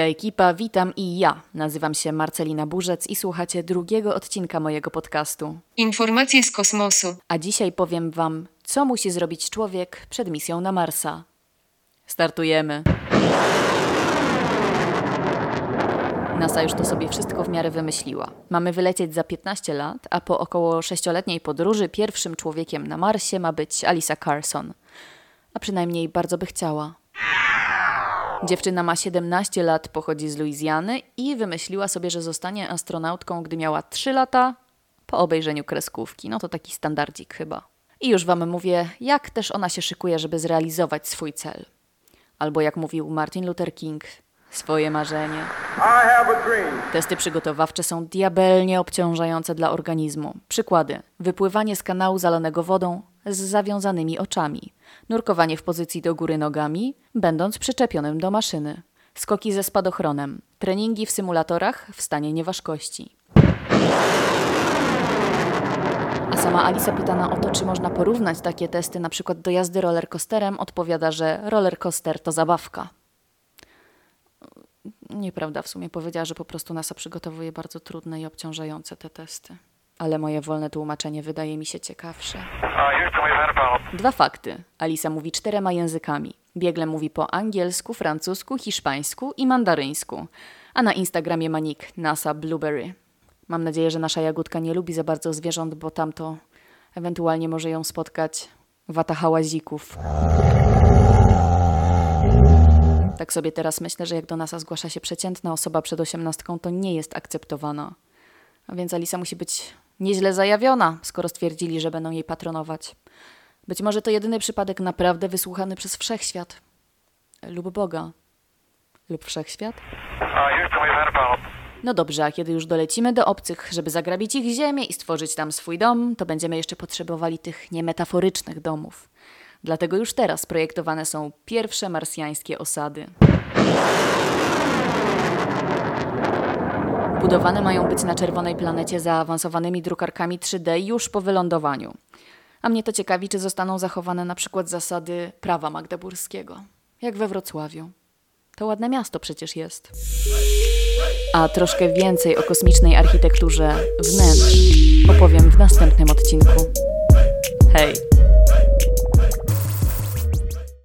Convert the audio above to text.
ekipa, witam i ja. Nazywam się Marcelina Burzec i słuchacie drugiego odcinka mojego podcastu. Informacje z kosmosu. A dzisiaj powiem wam, co musi zrobić człowiek przed misją na Marsa. Startujemy. NASA już to sobie wszystko w miarę wymyśliła. Mamy wylecieć za 15 lat, a po około 6-letniej podróży pierwszym człowiekiem na Marsie ma być Alyssa Carson. A przynajmniej bardzo by chciała. Dziewczyna ma 17 lat, pochodzi z Luizjany i wymyśliła sobie, że zostanie astronautką, gdy miała 3 lata po obejrzeniu kreskówki. No to taki standardzik chyba. I już wam mówię, jak też ona się szykuje, żeby zrealizować swój cel. Albo jak mówił Martin Luther King, swoje marzenie. Testy przygotowawcze są diabelnie obciążające dla organizmu. Przykłady. Wypływanie z kanału zalanego wodą z zawiązanymi oczami. Nurkowanie w pozycji do góry nogami, będąc przyczepionym do maszyny. Skoki ze spadochronem. Treningi w symulatorach w stanie nieważkości. A sama Alyssa pytana o to, czy można porównać takie testy na przykład do jazdy rollercoasterem, odpowiada, że rollercoaster to zabawka. Nieprawda, w sumie powiedziała, że po prostu NASA przygotowuje bardzo trudne i obciążające te testy. Ale moje wolne tłumaczenie wydaje mi się ciekawsze. 2 fakty. Alyssa mówi 4 językami. Biegle mówi po angielsku, francusku, hiszpańsku i mandaryńsku. A na Instagramie ma nick NASA Blueberry. Mam nadzieję, że nasza Jagódka nie lubi za bardzo zwierząt, bo tamto ewentualnie może ją spotkać wata hałazików. Tak sobie teraz myślę, że jak do NASA zgłasza się przeciętna osoba przed 18, to nie jest akceptowana. A więc Alyssa musi być nieźle zajawiona, skoro stwierdzili, że będą jej patronować. Być może to jedyny przypadek naprawdę wysłuchany przez wszechświat. Lub Boga. Lub wszechświat? No dobrze, a kiedy już dolecimy do obcych, żeby zagrabić ich ziemię i stworzyć tam swój dom, to będziemy jeszcze potrzebowali tych niemetaforycznych domów. Dlatego już teraz projektowane są pierwsze marsjańskie osady. Budowane mają być na czerwonej planecie zaawansowanymi drukarkami 3D już po wylądowaniu. A mnie to ciekawi, czy zostaną zachowane na przykład zasady prawa magdeburskiego. Jak we Wrocławiu. To ładne miasto przecież jest. A troszkę więcej o kosmicznej architekturze wnętrz opowiem w następnym odcinku. Hej!